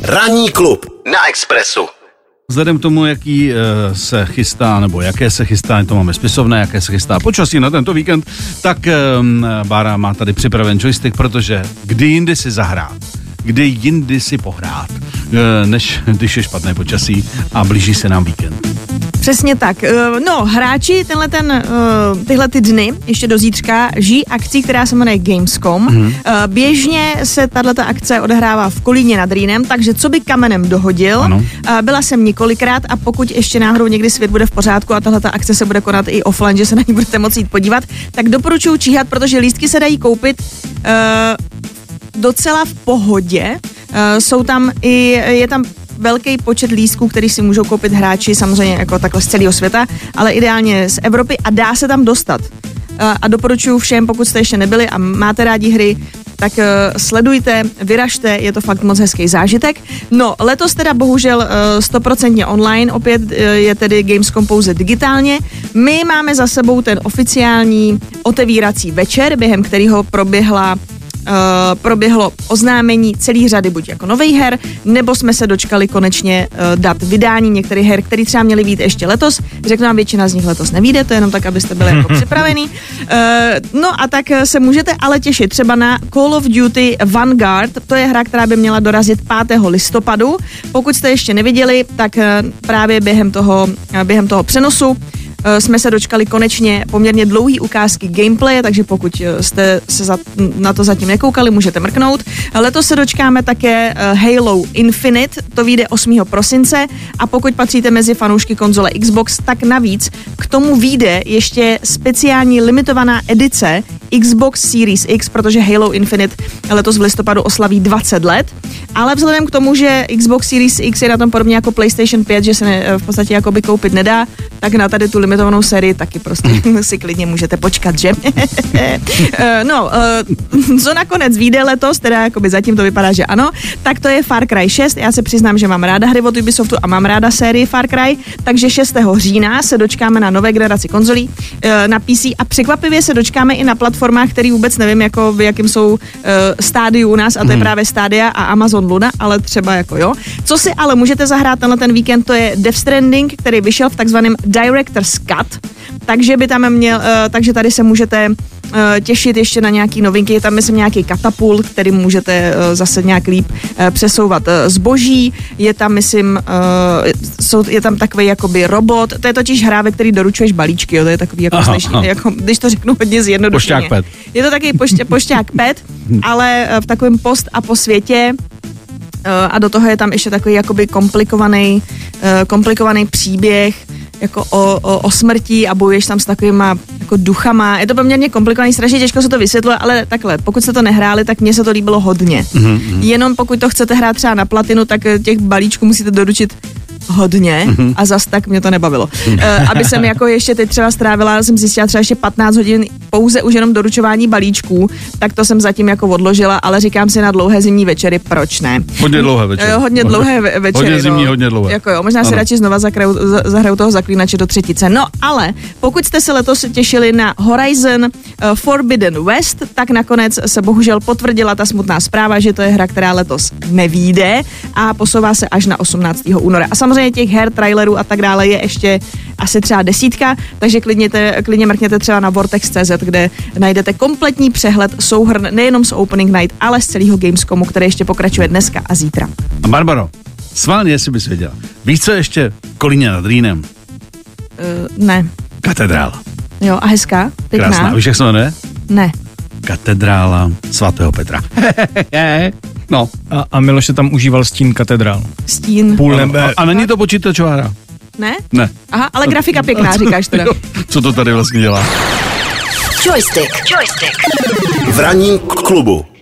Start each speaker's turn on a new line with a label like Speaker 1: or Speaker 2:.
Speaker 1: Ranní klub na Expressu.
Speaker 2: Vzhledem k tomu, jaký se chystá, nebo jaké se chystá, to máme spisovné, jaké se chystá počasí na tento víkend, tak Bára má tady připraven joystick, protože kdy jindy si zahrát, kdy jindy si pohrát, než když je špatné počasí a blíží se nám víkend.
Speaker 3: Přesně tak. No, hráči tyhle ty dny, ještě do zítřka, žijí akcí, která se jmenuje Gamescom. Běžně se tato akce odehrává v Kolíně nad Rýnem, takže co by kamenem dohodil.
Speaker 2: Ano.
Speaker 3: Byla jsem několikrát a pokud ještě náhodou někdy svět bude v pořádku a tahle akce se bude konat i offline, že se na ní budete moci jít podívat, tak doporučuji číhat, protože lístky se dají koupit docela v pohodě. Je tam velký počet lístků, který si můžou koupit hráči, samozřejmě jako takhle z celého světa, ale ideálně z Evropy a dá se tam dostat. A doporučuji všem, pokud jste ještě nebyli a máte rádi hry, tak sledujte, vyražte, je to fakt moc hezký zážitek. No, letos teda bohužel 100% online, opět je tedy Gamescom pouze digitálně. My máme za sebou ten oficiální otevírací večer, během kterého proběhlo oznámení celý řady buď jako nových her, nebo jsme se dočkali konečně dat vydání některých her, které třeba měly být ještě letos. Řeknu vám, většina z nich letos nevyjde, to je jenom tak, abyste byli jako připravený. No a tak se můžete ale těšit třeba na Call of Duty Vanguard, to je hra, která by měla dorazit 5. listopadu. Pokud jste ještě neviděli, tak právě během toho přenosu jsme se dočkali konečně poměrně dlouhý ukázky gameplaye, takže pokud jste se na to zatím nekoukali, můžete mrknout. Letos se dočkáme také Halo Infinite, to vyjde 8. prosince a pokud patříte mezi fanoušky konzole Xbox, tak navíc k tomu vyjde ještě speciální limitovaná edice Xbox Series X, protože Halo Infinite letos v listopadu oslaví 20 let, ale vzhledem k tomu, že Xbox Series X je na tom podobně jako PlayStation 5, že se v podstatě jakoby koupit nedá, tak na tady tu limitovanou sérii taky prostě si klidně můžete počkat, že? Co nakonec vyjde letos, teda jakoby zatím to vypadá, že ano, tak to je Far Cry 6. Já se přiznám, že mám ráda hry od Ubisoftu a mám ráda sérii Far Cry, takže 6. října se dočkáme na nové generaci konzolí na PC a překvapivě se dočkáme i na platformách, který vůbec nevím, jako v jakým jsou stádiu u nás, a to je právě Stadia a Amazon Luna, ale třeba jako jo. Co si ale můžete zahrát tenhle ten víkend, to je Death Stranding, který vyšel v takzvaném Director's Cut, takže tady se můžete těšit ještě na nějaký novinky, je tam myslím nějaký katapult, který můžete zase nějak líp přesouvat zboží, je tam myslím, je tam takový jakoby robot, to je totiž hra, ve který doručuješ balíčky, jo, to je takový jako slyšný, jako, když to řeknu hodně zjednodušeně.
Speaker 2: Pošťák pet.
Speaker 3: Je to taky pošťák pet, ale v takovém post a po světě. A do toho je tam ještě takový jakoby komplikovaný příběh jako o smrti a bojuješ tam s takovýma jako duchama. Je to poměrně komplikovaný, strašně těžko se to vysvětluje, ale takhle, pokud jste to nehráli, tak mně se to líbilo hodně. Jenom pokud to chcete hrát třeba na platinu, tak těch balíčků musíte doručit hodně a zas tak mě to nebavilo. Aby jsem jako ještě teď třeba strávila, jsem zjistila třeba ještě 15 hodin pouze už jenom doručování balíčků, tak to jsem zatím jako odložila, ale říkám si na dlouhé zimní večery, proč ne?
Speaker 2: Hodně dlouhé večery.
Speaker 3: Hodně dlouhé večery.
Speaker 2: Hodně zimní, hodně dlouhé.
Speaker 3: Jako jo, možná si radši znova zahraju toho Zaklínače do třetice. No, ale pokud jste se letos těšili na Horizon Forbidden West, tak nakonec se bohužel potvrdila ta smutná zpráva, že to je hra, která letos nevyjde a posouvá se až na 18. února. A samozřejmě těch her, trailerů a tak dále je ještě asi třeba 10, takže klidně mrkněte třeba na Vortex.cz, kde najdete kompletní přehled, souhrn nejenom z Opening Night, ale z celého Gamescomu, který ještě pokračuje dneska a zítra.
Speaker 2: A Barbaro, sválně, jestli bys věděla. Víš, co ještě Kolíně nad Rýnem?
Speaker 3: Ne.
Speaker 2: Katedrála.
Speaker 3: Jo, a hezká? Pěkná.
Speaker 2: Krásná. Víš, jak se jmenuje?
Speaker 3: Ne.
Speaker 2: Katedrála svatého Petra. No.
Speaker 4: A Miloš se tam užíval stín katedrál.
Speaker 3: Stín.
Speaker 4: Půl nebe.
Speaker 2: A není to počítačová hra?
Speaker 3: Ne?
Speaker 2: Ne.
Speaker 3: Aha, ale grafika pěkná, říkáš teda.
Speaker 2: Co to tady vlastně dělá?
Speaker 1: Joystick. V ranním klubu.